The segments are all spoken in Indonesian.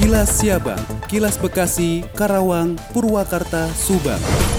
Kilas Siabang, Kilas Bekasi, Karawang, Purwakarta, Subang.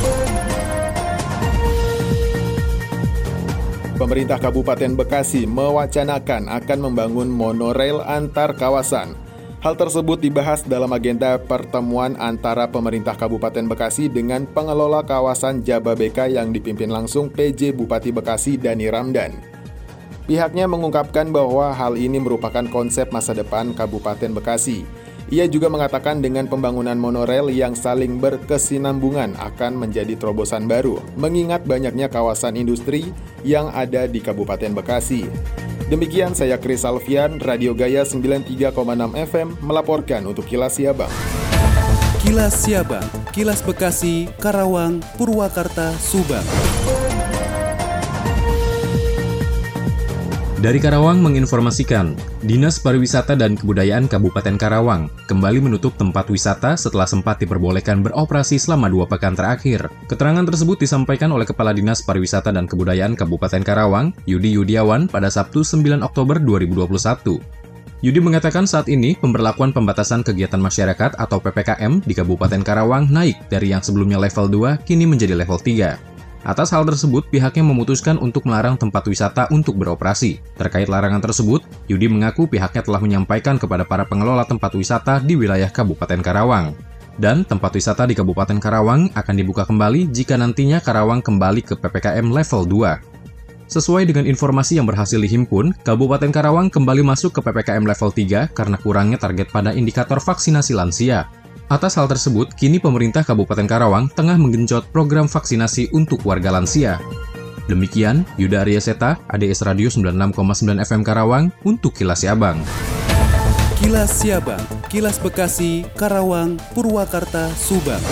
Pemerintah Kabupaten Bekasi mewacanakan akan membangun monorail antar kawasan. Hal tersebut dibahas dalam agenda pertemuan antara pemerintah Kabupaten Bekasi dengan pengelola kawasan Jababeka yang dipimpin langsung PJ Bupati Bekasi Dani Ramdan. Pihaknya mengungkapkan bahwa hal ini merupakan konsep masa depan Kabupaten Bekasi. Ia juga mengatakan dengan pembangunan monorail yang saling berkesinambungan akan menjadi terobosan baru, mengingat banyaknya kawasan industri yang ada di Kabupaten Bekasi. Demikian saya Kris Alfian, Radio Gaya 93,6 FM melaporkan untuk Kilas Siabang. Kilas Siabang, Kilas Bekasi, Karawang, Purwakarta, Subang. Dari Karawang menginformasikan, Dinas Pariwisata dan Kebudayaan Kabupaten Karawang kembali menutup tempat wisata setelah sempat diperbolehkan beroperasi selama 2 pekan terakhir. Keterangan tersebut disampaikan oleh Kepala Dinas Pariwisata dan Kebudayaan Kabupaten Karawang, Yudi Yudiawan, pada Sabtu 9 Oktober 2021. Yudi mengatakan saat ini pemberlakuan pembatasan kegiatan masyarakat atau PPKM di Kabupaten Karawang naik dari yang sebelumnya level 2 kini menjadi level 3. Atas hal tersebut, pihaknya memutuskan untuk melarang tempat wisata untuk beroperasi. Terkait larangan tersebut, Yudi mengaku pihaknya telah menyampaikan kepada para pengelola tempat wisata di wilayah Kabupaten Karawang. Dan tempat wisata di Kabupaten Karawang akan dibuka kembali jika nantinya Karawang kembali ke PPKM level 2. Sesuai dengan informasi yang berhasil dihimpun, Kabupaten Karawang kembali masuk ke PPKM level 3 karena kurangnya target pada indikator vaksinasi lansia. Atas hal tersebut, kini pemerintah Kabupaten Karawang tengah menggenjot program vaksinasi untuk warga lansia. Demikian, Yuda Aryaseta, ADS Radio 96,9 FM Karawang, untuk Kilas Siabang. Kilas Siabang, Kilas Bekasi, Karawang, Purwakarta, Subang.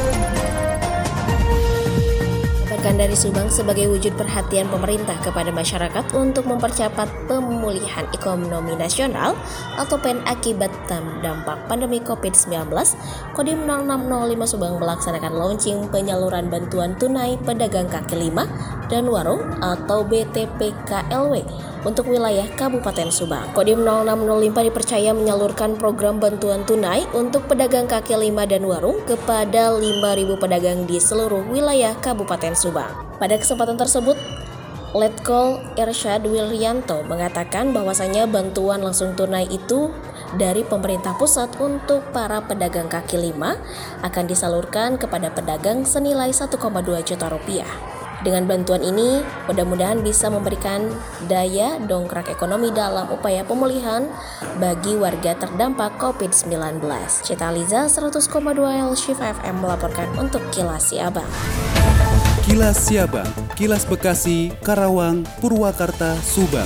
Dari Subang sebagai wujud perhatian pemerintah kepada masyarakat untuk mempercepat pemulihan ekonomi nasional atau PEN akibat dampak pandemi COVID-19, Kodim 0605 Subang melaksanakan launching penyaluran bantuan tunai pedagang kaki lima dan warung atau BTPKLW untuk wilayah Kabupaten Subang. Kodim 0605 dipercaya menyalurkan program bantuan tunai untuk pedagang kaki lima dan warung kepada 5.000 pedagang di seluruh wilayah Kabupaten Subang. Pada kesempatan tersebut, Letkol Irsyad Willianto mengatakan bahwasanya bantuan langsung tunai itu dari pemerintah pusat untuk para pedagang kaki lima akan disalurkan kepada pedagang senilai 1,2 juta rupiah. Dengan bantuan ini, mudah-mudahan bisa memberikan daya dongkrak ekonomi dalam upaya pemulihan bagi warga terdampak COVID-19. Cita Liza 100,2 Shifa FM melaporkan untuk Kilas Siabang. Kilas Siabang, Kilas Bekasi, Karawang, Purwakarta, Subang.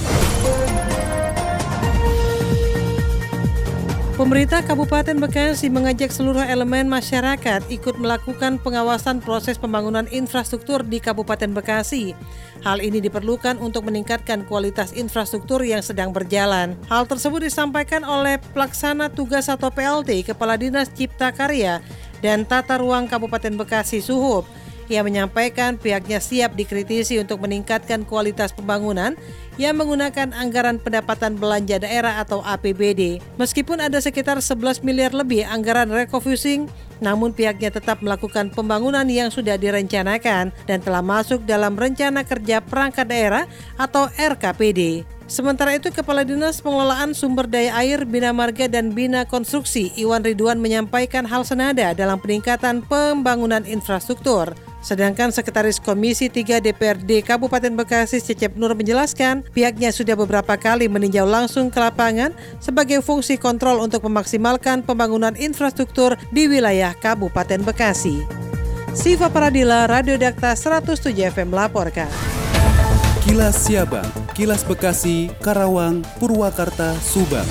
Pemerintah Kabupaten Bekasi mengajak seluruh elemen masyarakat ikut melakukan pengawasan proses pembangunan infrastruktur di Kabupaten Bekasi. Hal ini diperlukan untuk meningkatkan kualitas infrastruktur yang sedang berjalan. Hal tersebut disampaikan oleh Pelaksana Tugas atau PLT Kepala Dinas Cipta Karya dan Tata Ruang Kabupaten Bekasi Suhub. Ia menyampaikan pihaknya siap dikritisi untuk meningkatkan kualitas pembangunan yang menggunakan anggaran pendapatan belanja daerah atau APBD. Meskipun ada sekitar 11 miliar lebih anggaran refocusing, namun pihaknya tetap melakukan pembangunan yang sudah direncanakan dan telah masuk dalam rencana kerja perangkat daerah atau RKPD. Sementara itu, Kepala Dinas Pengelolaan Sumber Daya Air, Bina Marga dan Bina Konstruksi Iwan Ridwan menyampaikan hal senada dalam peningkatan pembangunan infrastruktur. Sedangkan Sekretaris Komisi 3 DPRD Kabupaten Bekasi Cecep Nur menjelaskan pihaknya sudah beberapa kali meninjau langsung ke lapangan sebagai fungsi kontrol untuk memaksimalkan pembangunan infrastruktur di wilayah Kabupaten Bekasi. Siva Paradila, Radio Dakta 107 FM melaporkan. Kilas Siabang, Kilas Bekasi, Karawang, Purwakarta, Subang.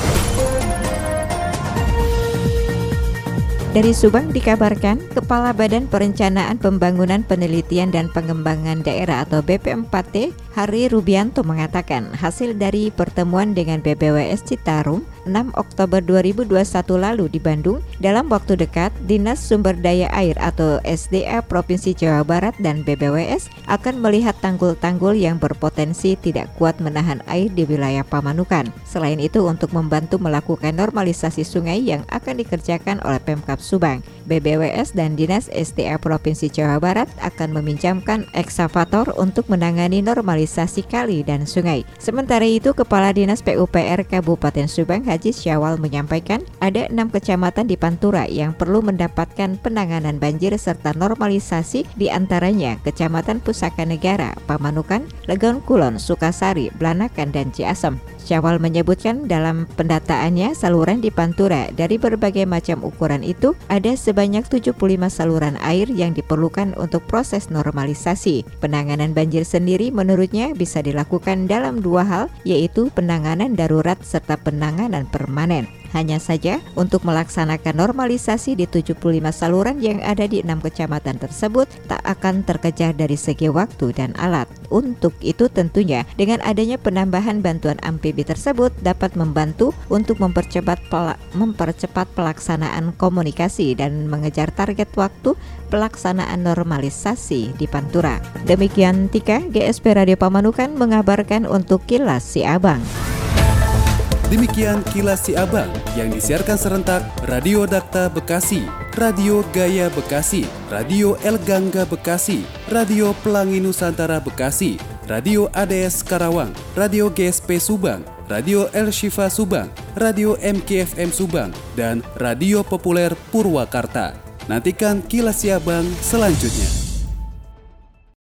Dari Subang dikabarkan, Kepala Badan Perencanaan Pembangunan Penelitian dan Pengembangan Daerah atau BP4T, Hari Rubianto mengatakan hasil dari pertemuan dengan BPWS Citarum 6 Oktober 2021 lalu di Bandung, dalam waktu dekat, Dinas Sumber Daya Air atau SDA Provinsi Jawa Barat dan BBWS akan melihat tanggul-tanggul yang berpotensi tidak kuat menahan air di wilayah Pamanukan. Selain itu, untuk membantu melakukan normalisasi sungai yang akan dikerjakan oleh Pemkab Subang, BBWS dan Dinas SDA Provinsi Jawa Barat akan meminjamkan ekskavator untuk menangani normalisasi kali dan sungai. Sementara itu, Kepala Dinas PUPR Kabupaten Subang Haji Syawal menyampaikan ada 6 kecamatan di Pantura yang perlu mendapatkan penanganan banjir serta normalisasi, di antaranya Kecamatan Pusaka Negara, Pamanukan, Legon Kulon, Sukasari, Blanakan, dan Ciasem. Syawal menyebutkan dalam pendataannya saluran di Pantura dari berbagai macam ukuran itu ada sebanyak 75 saluran air yang diperlukan untuk proses normalisasi. Penanganan banjir sendiri menurutnya bisa dilakukan dalam 2 hal, yaitu penanganan darurat serta penanganan permanen. Hanya saja, untuk melaksanakan normalisasi di 75 saluran yang ada di 6 kecamatan tersebut tak akan terkejar dari segi waktu dan alat. Untuk itu tentunya dengan adanya penambahan bantuan amfibi tersebut dapat membantu untuk mempercepat pelaksanaan komunikasi dan mengejar target waktu pelaksanaan normalisasi di Pantura. Demikian Tika, GSP Radio Pamanukan mengabarkan untuk Kilas Si Abang. Demikian Kilas Si Abang yang disiarkan serentak Radio Dakta Bekasi, Radio Gaya Bekasi, Radio El Gangga Bekasi, Radio Pelangi Nusantara Bekasi, Radio ADS Karawang, Radio GSP Subang, Radio El Shifa Subang, Radio MKFM Subang, dan Radio Populer Purwakarta. Nantikan Kilas Si Abang selanjutnya.